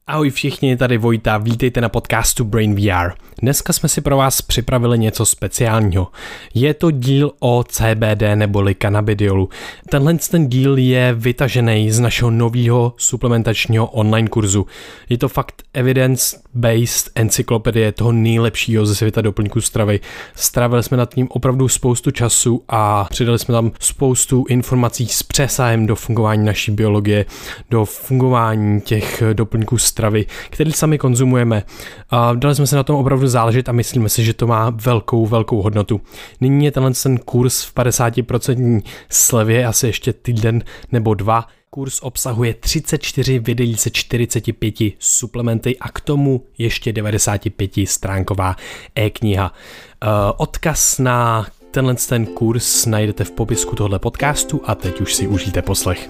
Ahoj všichni, tady Vojta, vítejte na podcastu Brain VR. Dneska jsme si pro vás připravili něco speciálního. Je to díl o CBD neboli cannabidiolu. Ten díl je vytažený z našeho nového suplementačního online kurzu. Je to fakt evidence-based encyklopedie toho nejlepšího ze světa doplňků stravy. Strávili jsme nad tím opravdu spoustu času a přidali jsme tam spoustu informací s přesahem do fungování naší biologie, do fungování těch doplňků stravy, který sami konzumujeme. A dali jsme se na tom opravdu záležet a myslíme si, že to má velkou hodnotu. Nyní je ten kurz v 50% slevě, asi ještě týden nebo dva. Kurz obsahuje 34 videí se 45 suplementy a k tomu ještě 95 stránková e-kniha. Odkaz na ten kurz najdete v popisku tohoto podcastu a teď už si užijte poslech.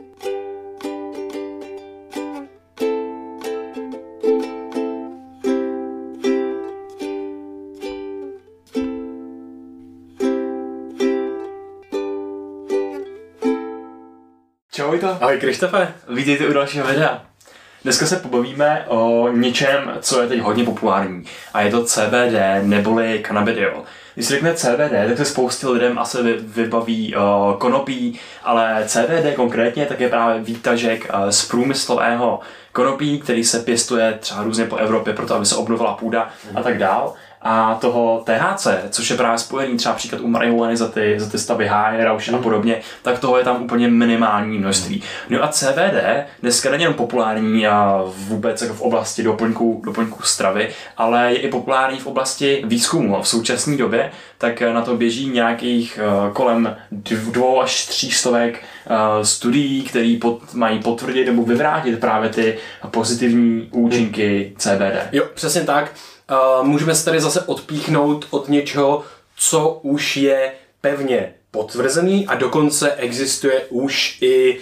Čau Vojto. Ahoj Krištofe. Vítejte u dalšího videa. Dneska se pobavíme o něčem, co je teď hodně populární. A je to CBD neboli cannabidiol. Když se řekne CBD, tak se spoustě lidem asi vybaví konopí, ale CBD konkrétně tak je právě výtažek z průmyslového konopí, který se pěstuje třeba různě po Evropě, proto aby se obnovila půda a tak dál. A toho THC, což je právě spojený třeba příklad u marihuany za ty stavy high, rauš a podobně, tak toho je tam úplně minimální množství. No a CBD dneska není jenom populární a vůbec jako v oblasti doplňků stravy, ale je i populární v oblasti výzkumu. A v současné době tak na to běží nějakých kolem 2 až 300 studií, které mají potvrdit nebo vyvrátit právě ty pozitivní účinky CBD. Jo, přesně tak. Můžeme se tady zase odpíchnout od něčeho, co už je pevně potvrzený a dokonce existuje už i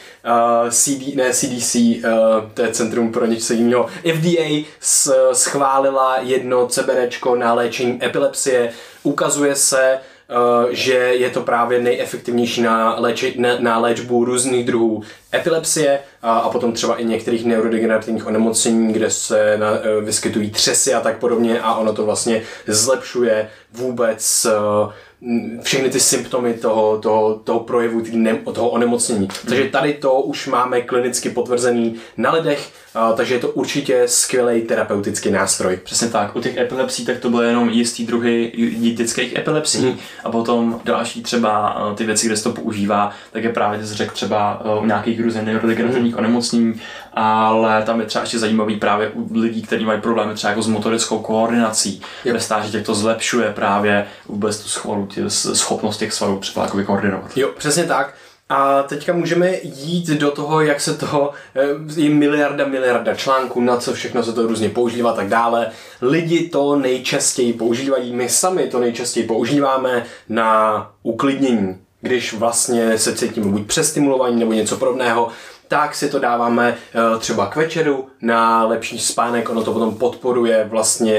CDC, to je Centrum pro něco jiného. FDA schválila jedno CBDčko na léčení epilepsie. Ukazuje se, že je to právě nejefektivnější na léčbu různých druhů epilepsie a potom třeba i některých neurodegenerativních onemocnění, kde se vyskytují třesy a tak podobně a ono to vlastně zlepšuje vůbec všechny ty symptomy toho projevu, toho onemocnění. Takže tady to už máme klinicky potvrzený na lidech, takže je to určitě skvělý terapeutický nástroj. Přesně tak. U těch epilepsí tak to byly jenom jistý druhy dětských epilepsí a potom další třeba ty věci, kde se to používá, tak je právě řekl třeba u nějakých různých neurodegenerativních onemocnění, ale tam je třeba ještě zajímavý právě u lidí, kteří mají problémy třeba jako s motorickou koordinací. Ve stáži těch to zlepšuje právě vůbec tu schopnost těch svalů třeba jako koordinovat. Jo, přesně tak. A teďka můžeme jít do toho, jak se toho je miliarda článků, na co všechno se to různě používá a tak dále. Lidi to nejčastěji používají, my sami to nejčastěji používáme na uklidnění. Když vlastně se cítíme buď přestimulovaní nebo něco podobného, tak si to dáváme třeba k večeru na lepší spánek, ono to potom podporuje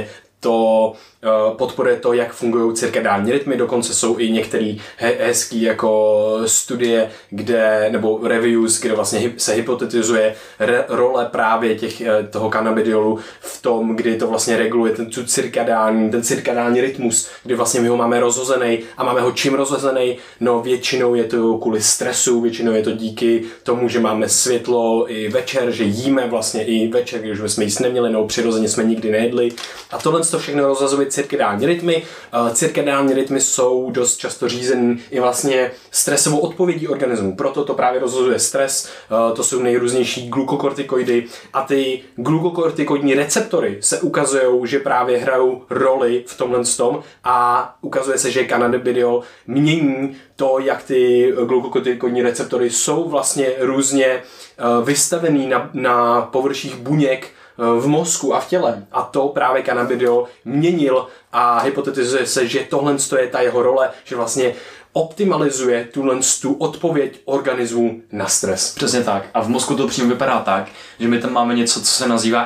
to, jak fungují cirkadální rytmy, dokonce jsou i některé hezký jako studie, nebo reviews, kde vlastně se hypotetizuje role právě toho cannabidiolu v tom, kdy to vlastně reguluje ten cirkadální rytmus, kdy vlastně my ho máme rozhozený a máme ho čím rozhozený, no většinou je to kvůli stresu, většinou je to díky tomu, že máme světlo i večer, že jíme vlastně i večer, když jsme jíst neměli, no přirozeně jsme nikdy nejedli a tohle to všechno rozhazuje cirkadální rytmy. Cirkadální rytmy jsou dost často řízený i vlastně stresovou odpovědí organismu. Proto to právě rozhazuje stres. To jsou nejrůznější glukokortikoidy a ty glukokortikoidní receptory se ukazují, že právě hrajou roli v tomhle tom a ukazuje se, že cannabidiol mění to, jak ty glukokortikoidní receptory jsou vlastně různě vystavený na površích buněk v mozku a v těle. A to právě cannabidiol měnil a hypotetizuje se, že tohle je ta jeho role, že vlastně optimalizuje tu odpověď organismu na stres. Přesně tak. A v mozku to přímo vypadá tak, že my tam máme něco, co se nazývá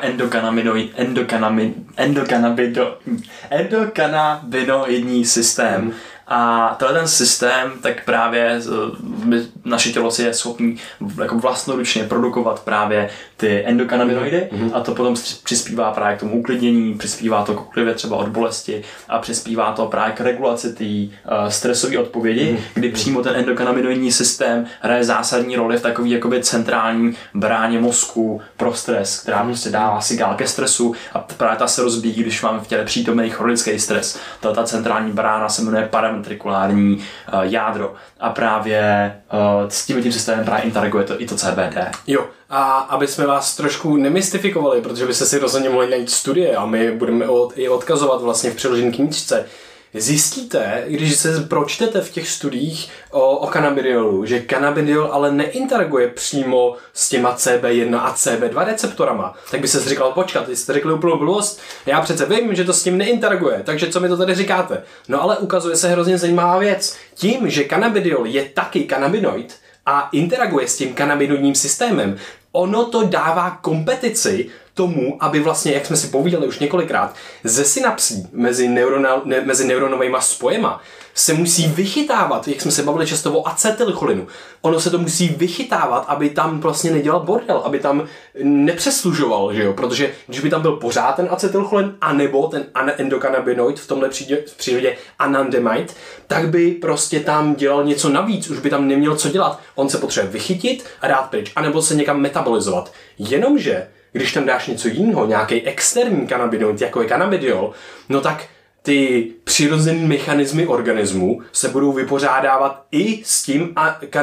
endokannabinoidní systém. A tenhle ten systém tak právě naše tělo si je schopný jako vlastnoručně produkovat právě ty endokannabinoidy a to potom přispívá právě k tomu uklidnění, přispívá to k úklidě třeba od bolesti a přispívá to právě k regulaci té stresové odpovědi, kdy přímo ten endokannabinoidní systém hraje zásadní roli v takové jakoby centrální bráně mozku pro stres, která prostě dává signál ke stresu a právě ta se rozbíjí, když máme v těle přítomný chronický stres. Ta centrální brána se jmenuje paraventrikulární jádro a právě s tím systémem právě interaguje to i to CBD. Jo, a aby jsme vás trošku nemystifikovali, protože byste si rozhodně mohli najít studie a my budeme i odkazovat vlastně v přeložené knížce, zjistíte, když se pročtete v těch studiích o cannabidiolu, že cannabidiol ale neinteraguje přímo s těma CB1 a CB2 receptorama, tak by se říkal, počkat, jste řekli úplnou blbost, já přece vím, že to s tím neinteraguje, takže co mi to tady říkáte? No ale ukazuje se hrozně zajímavá věc. Tím, že cannabidiol je taky cannabinoid a interaguje s tím cannabinoidním systémem, ono to dává kompetici tomu, aby vlastně, jak jsme si povídali už několikrát, ze synapsí mezi neuronovými spojema se musí vychytávat, jak jsme se bavili často o acetylcholinu. Ono se to musí vychytávat, aby tam vlastně nedělal bordel, aby tam nepřeslužoval, že jo? Protože když by tam byl pořád ten acetylcholin, anebo ten endokannabinoid, v tomhle přírodě anandamide, tak by prostě tam dělal něco navíc, už by tam neměl co dělat. On se potřebuje vychytit a dát pryč, anebo se někam metabolizovat. Jenomže když tam dáš něco jiného, nějaký externí cannabinoid, jako je cannabidiol, no tak ty přirozené mechanismy organismu se budou vypořádávat i s tím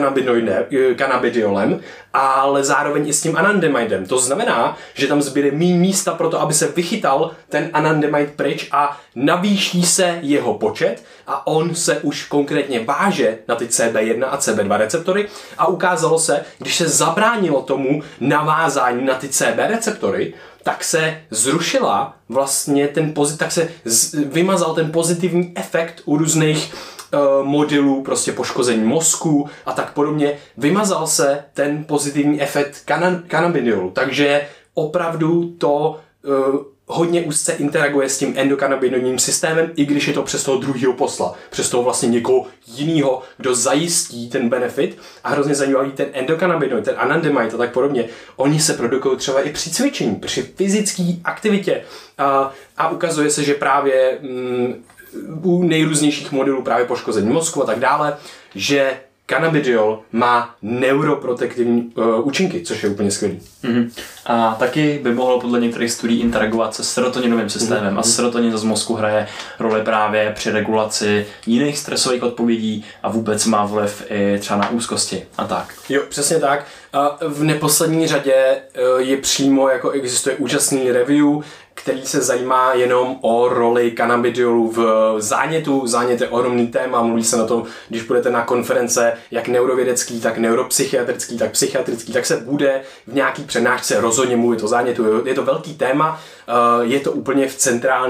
cannabidiolem, ale zároveň i s tím anandamidem. To znamená, že tam zbyde méně místa pro to, aby se vychytal ten anandamide pryč a navýší se jeho počet a on se už konkrétně váže na ty CB1 a CB2 receptory a ukázalo se, když se zabránilo tomu navázání na ty CB receptory, tak se zrušila vlastně tak se vymazal ten pozitivní efekt u různých modelů prostě poškození mozku a tak podobně. Vymazal se ten pozitivní efekt cannabidiolu, takže opravdu to hodně úzce interaguje s tím endokannabinoidním systémem, i když je to přes toho druhého posla, přes toho vlastně někoho jiného, kdo zajistí ten benefit a hrozně zajímavý ten endokannabinoid, ten anandamide a tak podobně. Oni se produkují třeba i při cvičení, při fyzické aktivitě a ukazuje se, že právě u nejrůznějších modelů právě poškození mozku a tak dále, že cannabidiol má neuroprotektivní účinky, což je úplně skvělý. A taky by mohlo podle některých studií interagovat se serotoninovým systémem a serotonin z mozku hraje roli právě při regulaci jiných stresových odpovědí a vůbec má vliv i třeba na úzkosti a tak. Jo, přesně tak. A v neposlední řadě je přímo, jako existuje úžasný review, který se zajímá jenom o roli cannabidiolu v zánětu. Zánět je ohromný téma, mluví se na tom, když budete na konference, jak neurovědecký, tak neuropsychiatrický, tak psychiatrický, tak se bude v nějaký přednášce rozhodně mluvit o zánětu. Je to velký téma, je to úplně v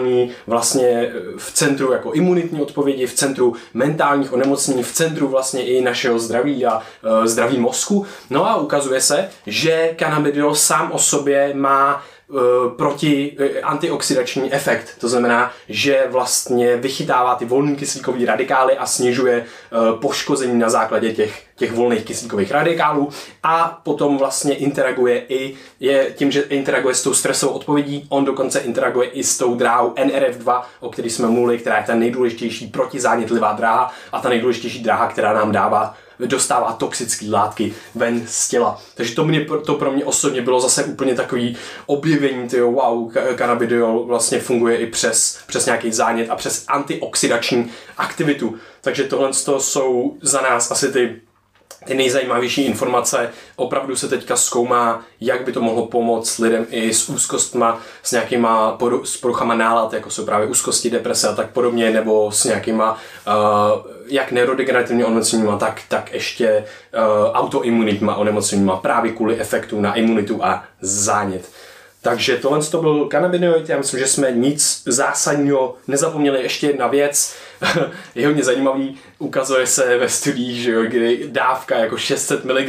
centru jako imunitní odpovědi, v centru mentálních onemocnění, v centru vlastně i našeho zdraví a zdraví mozku. No a ukazuje se, že cannabidiol sám o sobě má antioxidační efekt. To znamená, že vlastně vychytává ty volné kyslíkové radikály a snižuje poškození na základě těch volných kyslíkových radikálů a potom vlastně interaguje tím, že interaguje s tou stresovou odpovědí, on dokonce interaguje i s tou dráhou NRF2, o které jsme mluvili, která je ta nejdůležitější protizánětlivá dráha a ta nejdůležitější dráha, která nám dostává toxické látky ven z těla. Takže to pro mě osobně bylo zase úplně takový objevení, wow, cannabidiol vlastně funguje i přes nějaký zánět a přes antioxidační aktivitu. Takže tohle jsou za nás asi ty nejzajímavější informace. Opravdu se teďka zkoumá, jak by to mohlo pomoct lidem i s úzkostma, s nějakýma poruchama nálad, jako jsou právě úzkosti, deprese a tak podobně, nebo s nějakýma jak neurodegenerativními onemocněníma, tak ještě autoimunitníma onemocněníma, právě kvůli efektu na imunitu a zánět. Takže tohle to byl kanabinoid, já myslím, že jsme nic zásadního nezapomněli. Ještě jedna věc, je hodně zajímavý, ukazuje se ve studiích, že jo, kdy dávka jako 600 mg,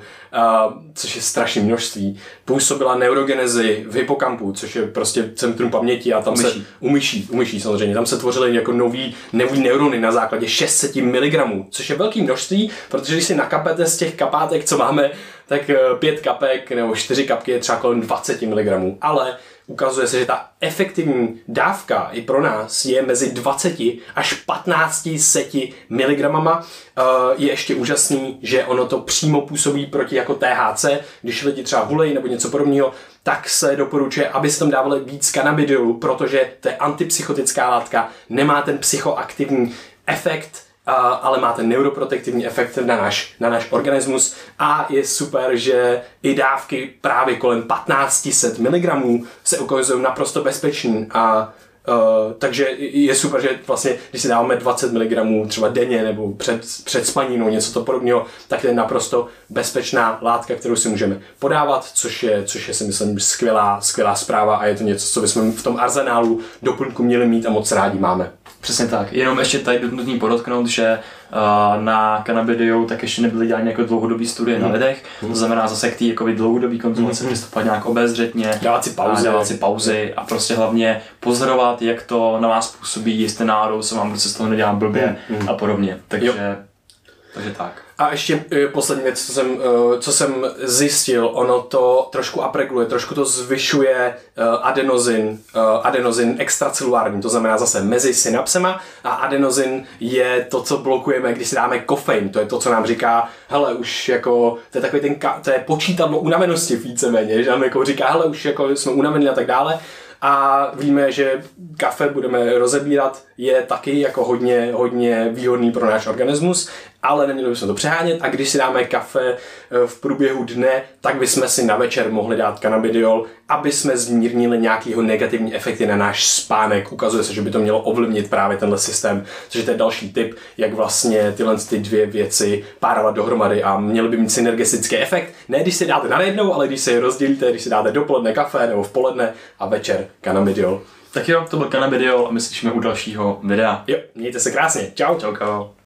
což je strašné množství, působila neurogenezi v hypokampu, což je prostě centrum paměti a tam se umyší samozřejmě, tam se tvořily jako nový neurony na základě 600 mg, což je velké množství, protože když si nakapete z těch kapátek, co máme, tak 5 kapek nebo 4 kapky je třeba kolem 20 mg, ale ukazuje se, že ta efektivní dávka i pro nás je mezi 20 až 15 mg. Je ještě úžasný, že ono to přímo působí proti jako THC, když lidi třeba hulejí nebo něco podobného, tak se doporučuje, aby se tam dávali víc kanabidiolu, protože to je antipsychotická látka, nemá ten psychoaktivní efekt, ale má ten neuroprotektivní efekt na náš organismus a je super, že i dávky právě kolem 1500 mg se ukazují naprosto bezpečný takže je super, že vlastně, když si dáváme 20 mg třeba denně nebo před spaninou, něco to podobného, tak to je naprosto bezpečná látka, kterou si můžeme podávat, což je si myslím skvělá zpráva a je to něco, co bychom v tom arzenálu doplňku měli mít a moc rádi máme. Přesně tak. Jenom ještě tady nutný podotknout, že na kanabidiolu tak ještě nebyly dělány jako dlouhodobý studie na lidech. To znamená zase k té jako dlouhodobý konzumace přistupovat nějak obezřetně, dávat si pauzy a prostě hlavně pozorovat, jak to na vás působí, jestli náhodou se vám z toho nedělá blbě a podobně. Takže tak. A ještě poslední věc, co jsem zjistil, ono to trošku upreguluje, trošku to zvyšuje adenozin extracelulární, to znamená zase mezi synapsema a adenozin je to, co blokujeme, když si dáme kofein, to je to, co nám říká, hele, už jako, to je takový to je počítadlo unavenosti víceméně, že nám jako říká, hele, už jako jsme unavení a tak dále. A víme, že kafe budeme rozebírat, je taky jako hodně výhodný pro náš organismus, ale neměli bychom to přehánět a když si dáme kafe v průběhu dne, tak bychom si na večer mohli dát kanabidiol, aby jsme zmírnili nějakýho negativní efekty na náš spánek. Ukazuje se, že by to mělo ovlivnit právě tenhle systém, což je ten další tip, jak vlastně tyhle dvě věci párovat dohromady a měly by mít synergistický efekt. Ne když si dáte najednou, ale když si je rozdělíte, když si dáte dopoledne kafe nebo v poledne a večer kanabidiol. Tak jo, to byl kanabidiol a my se těšíme u dalšího videa. Jo, mějte se krásně. Čau. Čau.